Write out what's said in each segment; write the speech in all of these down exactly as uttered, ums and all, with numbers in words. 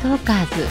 トーカーズ。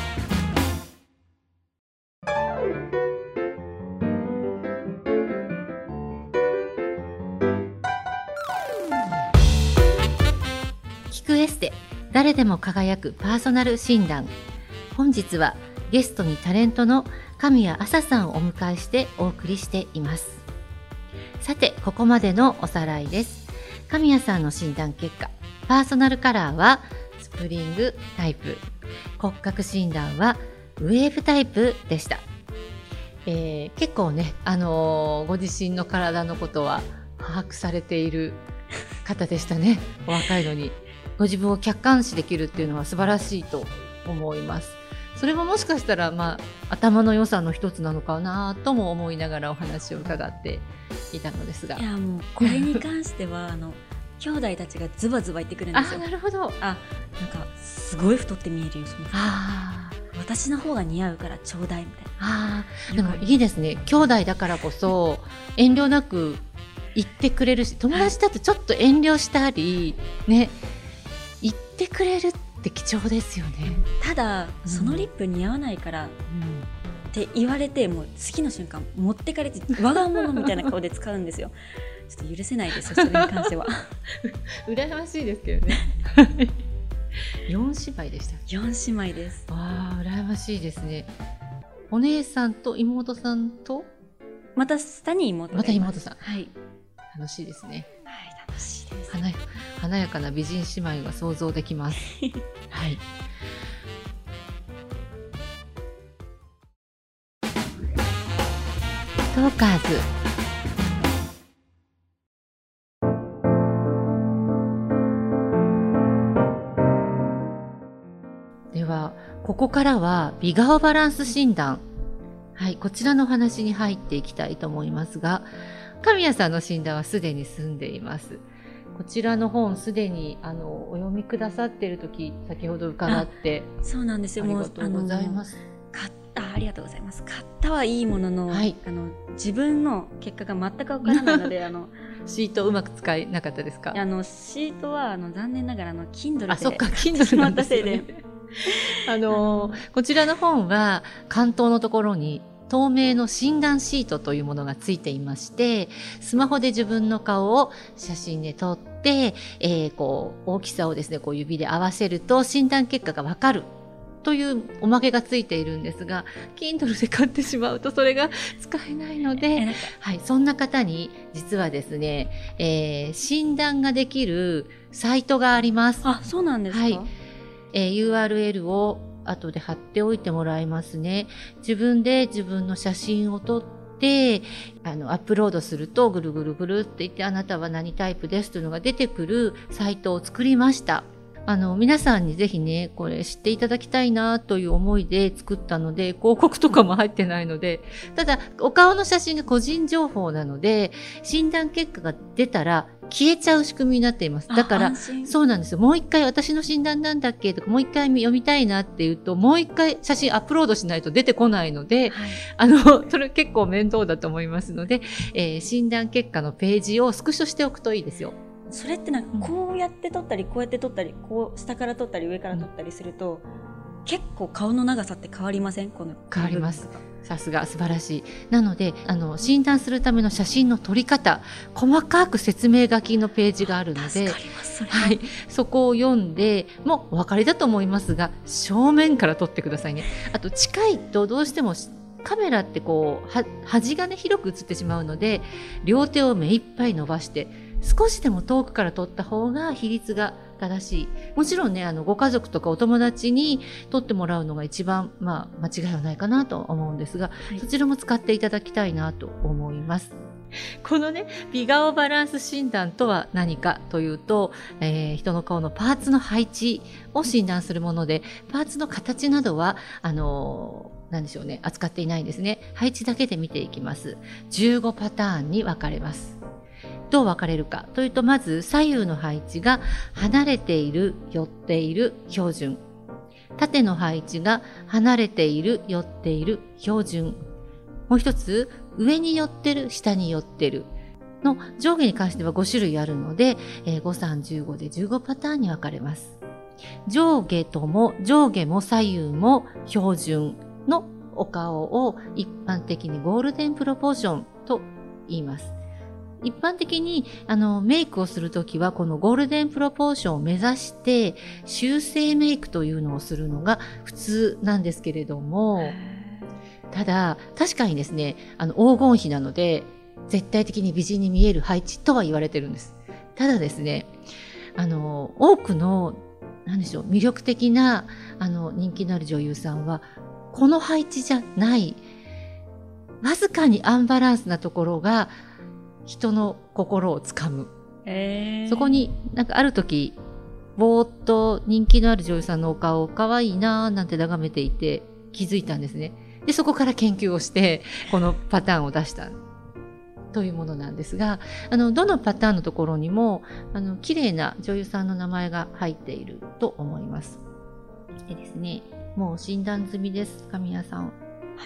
聞くエステ、誰でも輝くパーソナル診断。本日はゲストにタレントの神谷麻さんをお迎えしてお送りしています。さて、ここまでのおさらいです。神谷さんの診断結果、パーソナルカラーはスプリングタイプ、骨格診断はウェーブタイプでした。えー、結構ね、あのー、ご自身の体のことは把握されている方でしたね。お若いのにご自分を客観視できるっていうのは素晴らしいと思います。それももしかしたら、まあ、頭の良さの一つなのかなとも思いながらお話を伺っていたのですが、 いやもうこれに関してはあの兄弟たちがズバズバ言ってくるんですよ。 あ、なるほど。 あ、なんかすごい太って見えるよ、その服。 あ、 私の方が似合うからちょうだいみたいな。 あ、でもいいですね。兄弟だからこそ遠慮なく言ってくれるし、友達だとちょっと遠慮したり、ね、言ってくれるって貴重ですよね。 ただ、うん、そのリップ似合わないから、うん、って言われて、もう次の瞬間持ってかれて我が物みたいな顔で使うんですよ。ちょっと許せないですよ、それに関しては。 羨ましいですけどね。よん姉妹でした。 よん姉妹です。 ああ、羨ましいですね。お姉さんと妹さんとまた下に妹がいます。 また妹さん。 はい。 楽しいですね。 はい、楽しいです。 華や、華やかな美人姉妹が想像できます。はい。トーカーズ。では、ここからは美顔バランス診断。はい、こちらの話に入っていきたいと思いますが、神谷さんの診断はすでに済んでいます。こちらの本すでにあのお読みくださっているとき、先ほど伺って、 そうなんですよ。 ありがとうございます。 買ったありがとうございます。買ったはいいものの、 はい、 あの自分の結果が全くわからないので、あのシートうまく使えなかったですか？ あのシートはあの残念ながらあの Kindle であ、そっか、 買ってしまったせいで、 あのこちらの本は関東のところに透明の診断シートというものがついていまして、スマホで自分の顔を写真で撮って、えー、こう大きさをですね、こう指で合わせると診断結果がわかるというおまけがついているんですが、Kindle で買ってしまうとそれが使えないので、はい、そんな方に実はですね、えー、診断ができるサイトがあります。 あ、そうなんですか？ はい、えー、ユーアールエル を後で貼っておいてもらいますね。自分で自分の写真を撮ってあのアップロードすると、ぐるぐるぐるって言って、あなたは何タイプですというのが出てくるサイトを作りました。あの皆さんにぜひね、これ知っていただきたいなという思いで作ったので、広告とかも入ってないので、ただお顔の写真が個人情報なので、診断結果が出たら消えちゃう仕組みになっています。だからそうなんですよ。もう一回私の診断なんだっけとか、もう一回読みたいなっていうと、もう一回写真アップロードしないと出てこないので、はい、あのそれ結構面倒だと思いますので、えー、診断結果のページをスクショしておくといいですよ。 それってなんかこうやって撮ったり、こうやって撮ったり、こう下から撮ったり上から撮ったりすると、結構顔の長さって変わりません？この変わります。さすが、素晴らしい。なのであの診断するための写真の撮り方、細かく説明書きのページがあるので、 助かります。それは、 はい、そこを読んで、もうお分かりだと思いますが、正面から撮ってくださいね。あと近いとどうしてもカメラってこうは端がね広く映ってしまうので、両手を目いっぱい伸ばして少しでも遠くから撮った方が比率が正しい。もちろんね、あのご家族とかお友達に撮ってもらうのが一番、まあ、間違いはないかなと思うんですが、はい、そちらも使っていただきたいなと思います。このね、美顔バランス診断とは何かというと、えー、人の顔のパーツの配置を診断するもので、パーツの形などはあのーなんでしょうね、扱っていないんですね。配置だけで見ていきます。じゅうごパターンに分かれます。どう分かれるかというと、まず左右の配置が離れている、寄っている、標準。縦の配置が離れている、寄っている、標準。もう一つ、上に寄ってる、下に寄ってるの上下に関してはご種類あるので、えー、ご、さん、じゅうごでじゅうごパターンに分かれます。 上下とも上下も左右も標準のお顔を一般的にゴールデンプロポーションと言います。一般的にあのメイクをするときはこのゴールデンプロポーションを目指して修正メイクというのをするのが普通なんですけれども、ただ確かにですね、あの黄金比なので絶対的に美人に見える配置とは言われてるんです。ただですね、あの多くのなんでしょう、魅力的なあの人気のある女優さんはこの配置じゃない、わずかにアンバランスなところが人の心をつかむ。 えー、 そこになんかある時ぼーっと人気のある女優さんのお顔を可愛いなーなんて眺めていて気づいたんですね。でそこから研究をしてこのパターンを出したというものなんですが、あのどのパターンのところにもあの綺麗な女優さんの名前が入っていると思います。でですね、もう診断済みです。神谷さん、はい、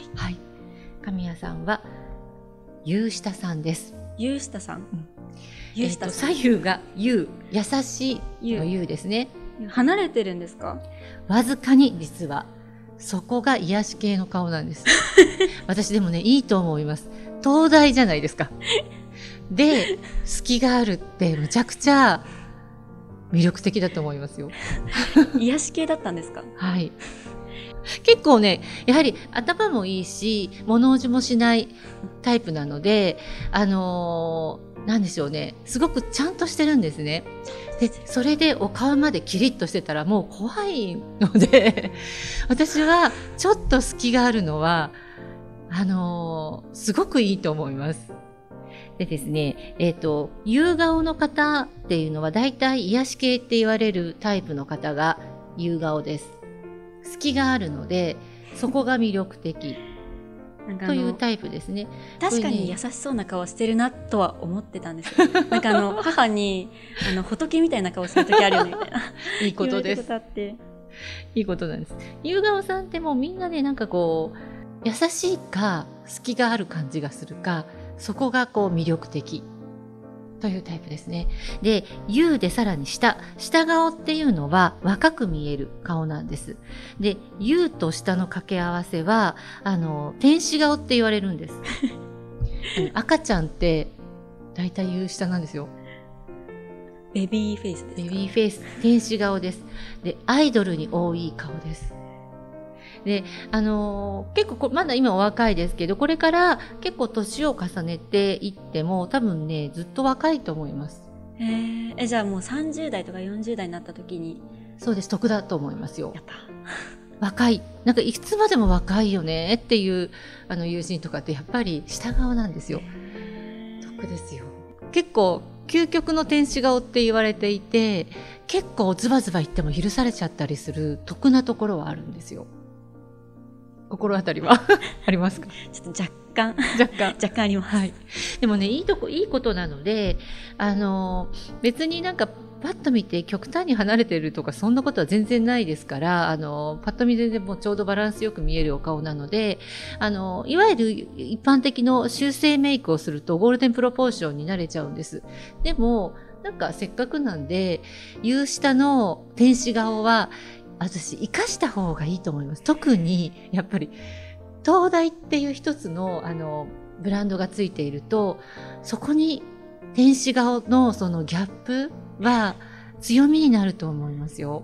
はい、神谷さんは優下さんです。 優下さん、うん、 優下さん、えー、左右が優、優しいの優ですね。 離れてるんですか？ わずかに。実はそこが癒し系の顔なんです私でもね、いいと思います。東大じゃないですかで隙があるってむちゃくちゃ魅力的だと思いますよ癒し系だったんですか？ はい、結構ね、やはり頭もいいし物おじもしないタイプなので、あのー、なんでしょうね、すごくちゃんとしてるんですね。でそれでお顔までキリッとしてたらもう怖いので私はちょっと隙があるのはあのー、すごくいいと思います。でですね、えっと、夕顔の方っていうのはだいたい癒し系って言われるタイプの方が夕顔です。隙があるのでそこが魅力的というタイプですね。 確かに優しそうな顔してるなとは思ってたんですよ。なんかあの母にあの仏みたいな顔する時あるよねみたいないいことです。 ことあっていいことなんです。夕顔さんってもうみんなね、なんかこう優しいか隙がある感じがするか、そこがこう魅力的というタイプですね。で、優でさらに下、下顔っていうのは若く見える顔なんです。で、優と下の掛け合わせはあの天使顔って言われるんです赤ちゃんってだいたい優下なんですよ。 ベビーフェイスですか？ ベビーフェイス、天使顔です。で、アイドルに多い顔です。で、あのー、結構まだ今お若いですけど、これから結構年を重ねていっても多分ね、ずっと若いと思います。 へー、え、じゃあもうさんじゅう代とかよんじゅう代になった時に。 そうです、得だと思いますよ。 やった若い、なんかいくつまでも若いよねっていうあの友人とかってやっぱり下顔なんですよ。得ですよ。結構究極の天使顔って言われていて、結構ズバズバ言っても許されちゃったりする得なところはあるんですよ。心当たりはありますか？ ちょっと若干若干若干あります、 はい、でもね、いいとこいいことなので、あの別になんかパッと見て極端に離れてるとかそんなことは全然ないですから、あのパッと見全然もうちょうどバランスよく見えるお顔なので、あのいわゆる一般的の修正メイクをするとゴールデンプロポーションになれちゃうんです。でもなんかせっかくなんで夕下の天使顔は私生かした方がいいと思います。特にやっぱり東大っていう一つのあのブランドがついていると、そこに天使顔のそのギャップは強みになると思いますよ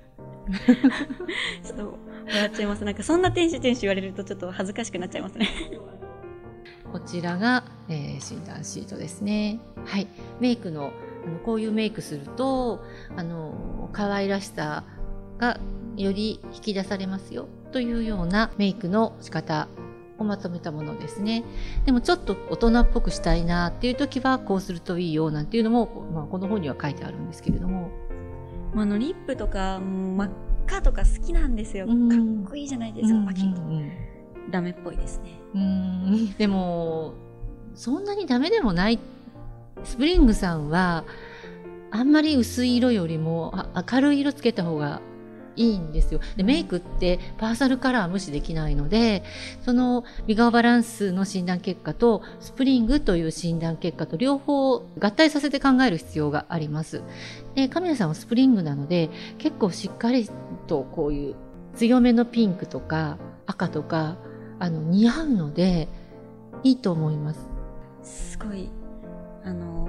ちょっと笑っちゃいます。なんかそんな天使天使言われるとちょっと恥ずかしくなっちゃいますねこちらが、えー、診断シートですね。はい、メイクのあのこういうメイクするとあの可愛らしさがより引き出されますよというようなメイクの仕方をまとめたものですね。でもちょっと大人っぽくしたいなっていう時はこうするといいよなんていうのも、まあ、この本には書いてあるんですけれども、 あのリップとか真っ赤とか好きなんですよ。かっこいいじゃないですか、パキッと、うんうん、ダメっぽいですね。 うーん、でもそんなにダメでもない。スプリングさんはあんまり薄い色よりも明るい色つけた方がいいんですよ。でメイクってパーソナルカラー無視できないので、その美顔バランスの診断結果とスプリングという診断結果と両方合体させて考える必要があります。で神谷さんはスプリングなので結構しっかりとこういう強めのピンクとか赤とかあの似合うのでいいと思います。 すごいあの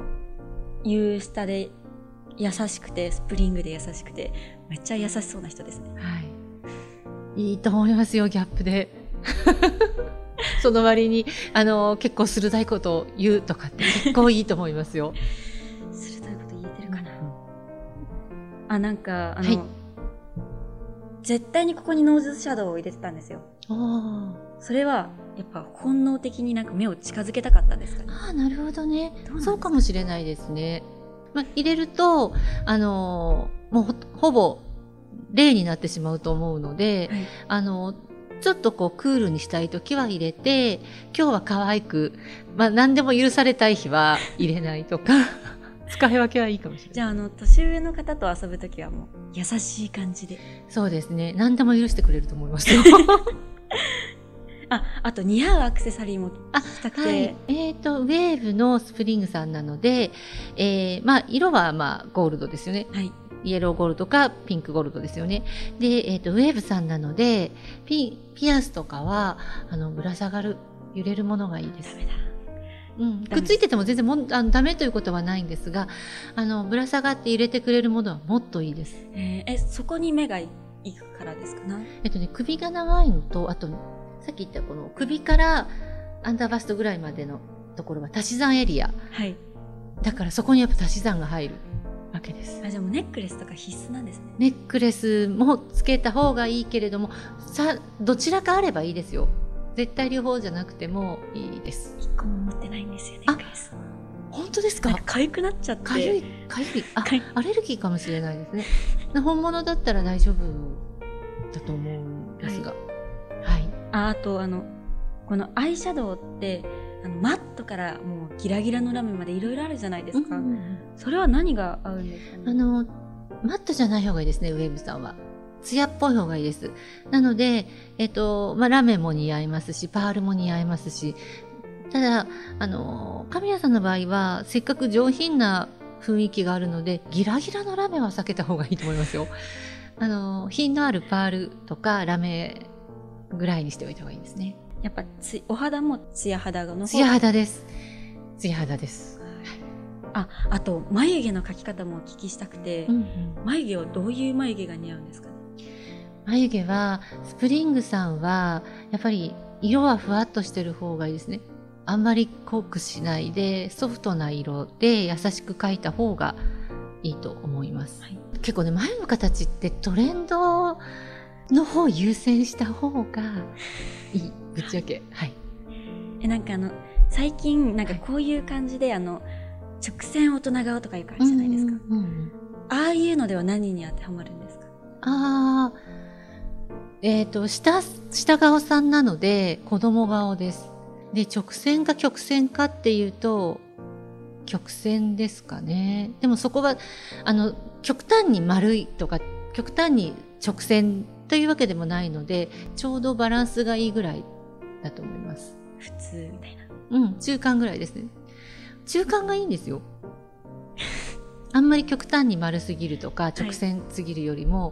U スタで優しくてスプリングで優しくてめっちゃ優しそうな人ですね。 はい、いいと思いますよ、ギャップでその割にあの結構鋭いことを言うとかって結構いいと思いますよ鋭いこと言えてるかな、うん、あなんかあの、はい、絶対にここにノーズシャドウを入れてたんですよ。あそれはやっぱ本能的になんか目を近づけたかったんですかね。 あなるほどね。そうかもしれないですね。まあ、入れるとあのもう ほ, ほぼ例になってしまうと思うので、はい、あのちょっとこうクールにしたいときは入れて、今日は可愛く、まあ、何でも許されたい日は入れないとか使い分けはいいかもしれない。 じゃあ、あの年上の方と遊ぶときはもう優しい感じで。 そうですね、何でも許してくれると思いますよあ, あと似合うアクセサリーも聞きたくて、はい、 えーとウェーブのスプリングさんなので、えーまあ、色はまあゴールドですよね、はい、イエローゴールドかピンクゴールドですよね。で、えーとウェーブさんなので ピ, ピアスとかはあのぶら下がる揺れるものがいいです。ダメだ、うん、くっついてても全然もあのダメということはないんですが、あのぶら下がって入れてくれるものはもっといいです。 えー、えそこに目がいくからですかね。 えっとね首が長いのと、あとさっき言ったこの首からアンダーバストぐらいまでのところは足し算エリア、はい、だからそこにやっぱ足し算が入るわけです。 あじゃあもうネックレスとか必須なんですね。 ネックレスもつけた方がいいけれども、さどちらかあればいいですよ。絶対両方じゃなくてもいいです。 一個も持ってないんですよね。ネックレス。 本当ですか？ かゆくなっちゃって。かゆいかゆいあアレルギーかもしれないですね。本物だったら大丈夫だと思うんですが、はい、はい、 あ, あとあのこのアイシャドウってあのマットからもうギラギラのラメまでいろいろあるじゃないですか、うんうん、それは何が合うんですかね。 あのマットじゃない方がいいですね。ウェーブさんはツヤっぽい方がいいです。なので、えっとまあ、ラメも似合いますしパールも似合いますし、ただあの神谷さんの場合はせっかく上品な雰囲気があるのでギラギラのラメは避けた方がいいと思いますよ。あの品のあるパールとかラメぐらいにしておいた方がいいですね。 やっぱつお肌もツヤ肌のツヤ肌です。ツヤ肌です。 あ、あと眉毛の描き方もお聞きしたくて、うんうん、眉毛はどういう眉毛が似合うんですかね。 眉毛はスプリングさんはやっぱり色はふわっとしてる方がいいですね。あんまり濃くしないでソフトな色で優しく描いた方がいいと思います、はい、結構ね眉の形ってトレンドの方を優先した方がいいぶっちゃけ、はい、 えなんかあの最近なんかこういう感じで、はい、あの直線大人顔とかいう感じじゃないですか、うんうんうん、ああいうのでは何に当てはまるんですか。 あーえーと下下顔さんなので子供顔です。で直線か曲線かっていうと曲線ですかね。でもそこはあの極端に丸いとか極端に直線というわけでもないのでちょうどバランスがいいぐらいだと思います。 普通みたいな。 うん中間ぐらいですね。中間がいいんですよあんまり極端に丸すぎるとか直線すぎるよりも、はい、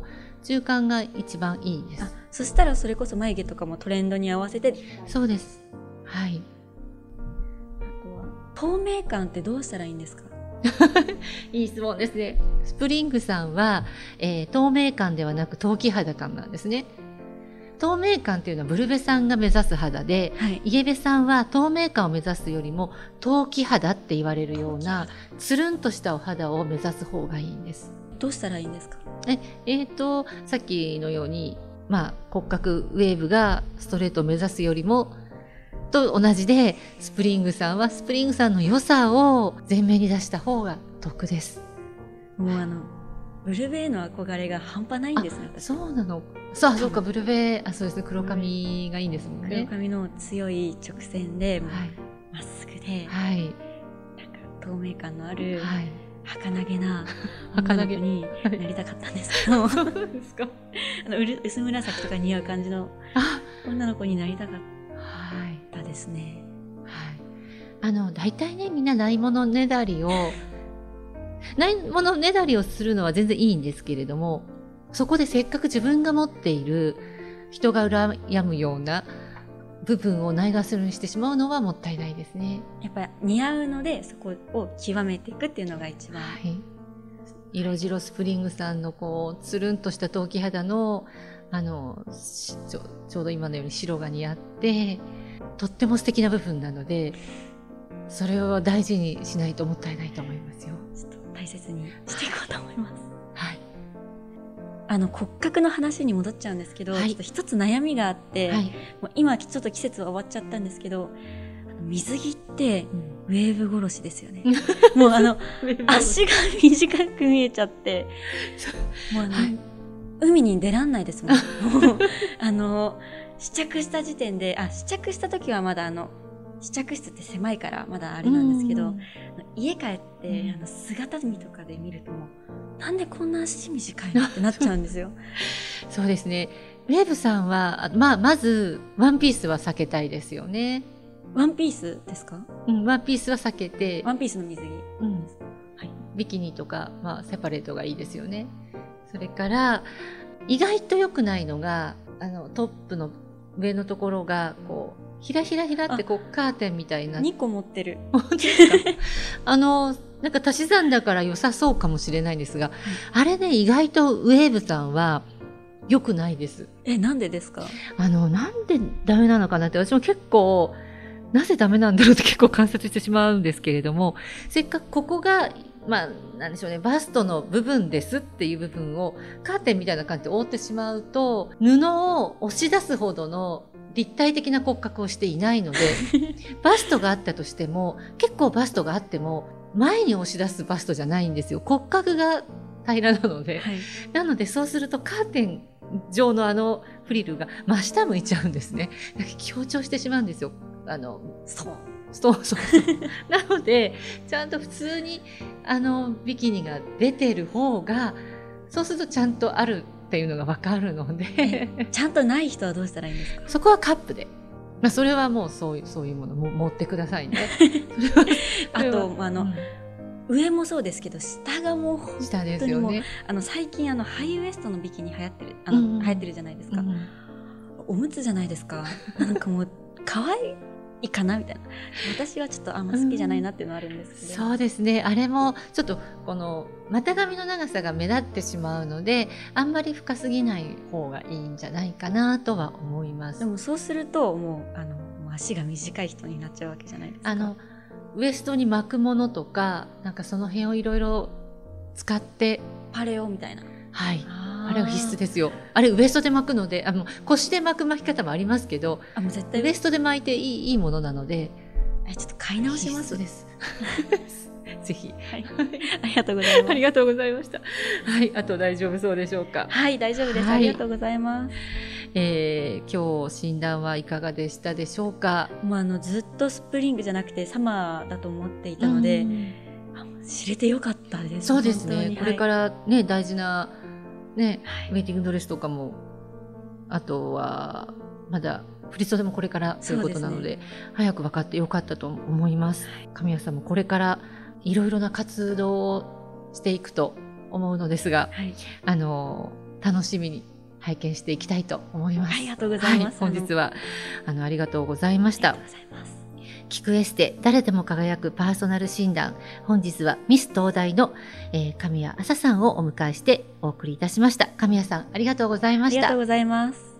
中間が一番いいです。あそしたらそれこそ眉毛とかもトレンドに合わせて。 そうです。はい。 あとは透明感ってどうしたらいいんですかいい質問ですね。スプリングさんは、えー、透明感ではなく陶器肌感なんですね。透明感っていうのはブルベさんが目指す肌で、はい、イエベさんは透明感を目指すよりも陶器肌って言われるようなつるんとしたお肌を目指す方がいいんです。 どうしたらいいんですか。 え、えーとさっきのように、まあ、骨格ウェーブがストレートを目指すよりもと同じでスプリングさんはスプリングさんの良さを前面に出した方が得です。 もうあのブルベの憧れが半端ないんですね。 そうなの。そう、そうかブルベあそうですね黒髪がいいんですもんね。 黒髪の強い直線でま、はい、っすぐで、はい、なんか透明感のある、はい、 儚げな女の子になりたかったんですけど、 そうですか。 あの薄紫とか似合う感じの女の子になりたかったですね。 はい、あの大体ねみんなないものねだりをないものねだりをするのは全然いいんですけれども、そこでせっかく自分が持っている人が羨むような部分をないがしろにしてしまうのはもったいないですね。 やっぱり似合うのでそこを極めていくっていうのが一番、はい、 色白スプリングさんのこうつるんとした陶器肌のあのちょ、ちょうど今のように白が似合ってとっても素敵な部分なので、それを大事にしないともったいないと思いますよ。 ちょっと大切にしていこうと思います。 はい。 あの骨格の話に戻っちゃうんですけど、はい、ちょっと一つ悩みがあって、はい、もう今ちょっと季節は終わっちゃったんですけど、水着ってウェーブ殺しですよね。うん、もうあの足が短く見えちゃってもうあの、はい、海に出らんないですもん。もうあの試着した時点で、あ試着した時はまだあの試着室って狭いからまだあれなんですけど、家帰って、うん、あの姿見とかで見るともうなんでこんな足短いのってなっちゃうんですよ。 そうですね。ウェーブさんは、まあ、まずワンピースは避けたいですよね。 ワンピースですか？ うん、ワンピースは避けて、 ワンピースの水着、うん、 はい、ビキニとか、まあ、セパレートがいいですよね。それから意外と良くないのが、あのトップの上のところがこうひらひらひらってこうカーテンみたいな。 にこ持ってる。 本当ですか？あのなんか足し算だから良さそうかもしれないんですが、うん、あれね意外とウェーブさんは良くないです。 え、なんでですか？ あのなんでダメなのかなって、私も結構なぜダメなんだろうって結構観察してしまうんですけれども、せっかくここがまあなんでしょうね、バストの部分ですっていう部分をカーテンみたいな感じで覆ってしまうと、布を押し出すほどの立体的な骨格をしていないのでバストがあったとしても、結構バストがあっても前に押し出すバストじゃないんですよ。骨格が平らなので、はい、なのでそうするとカーテン上のあのフリルが真下向いちゃうんですね。強調してしまうんですよ。あのそうそうそうなのでちゃんと普通にあのビキニが出てる方が、そうするとちゃんとあるっていうのが分かるのでちゃんとない人はどうしたらいいんですか？ そこはカップで、まあ、それはもうそういう、そういうものも持ってくださいね。 あとあの、うん、上もそうですけど下がもう本当にもう下ですよね。 あの最近あのハイウエストのビキニ流行ってる、あの、うん、流行ってるじゃないですか、うん、おむつじゃないですか。なんかもう可愛いいいかなみたいな、私はちょっとあんま好きじゃないなっていうのはあるんですけど、 うん、そうですね。あれもちょっとこの股上の長さが目立ってしまうので、あんまり深すぎない方がいいんじゃないかなとは思います。 でもそうするともうあの足が短い人になっちゃうわけじゃないですか。 あのウエストに巻くものとか、なんかその辺をいろいろ使って、 パレオみたいな、 はい、あれは必須ですよ。あれウエストで巻くので、あの腰で巻く巻き方もありますけど、 あもう絶対ウエストで巻いていい、いいものなので、 えちょっと買い直します。 ですぜひ、 はい、ありがとうございます。 ありがとうございました。はい、あと大丈夫そうでしょうか？ はい、大丈夫です、はい、ありがとうございます。 えー、今日診断はいかがでしたでしょうか？ もうあのずっとスプリングじゃなくてサマーだと思っていたので、うん、知れてよかったです。 そうですね。これからね、大事なね、はい、ウェディングドレスとかも、あとはまだ振り袖もこれからということなの で, で、ね、早く分かってよかったと思います。はい、神谷さんもこれからいろいろな活動をしていくと思うのですが、はい、あの楽しみに拝見していきたいと思います。 ありがとうございます。 はい、本日はあのありがとうございました。ありがとうございます。聞くエステ、誰でも輝くパーソナル診断。本日はミス東大の、えー、神谷麻さんをお迎えしてお送りいたしました。神谷さん、ありがとうございました。 ありがとうございます。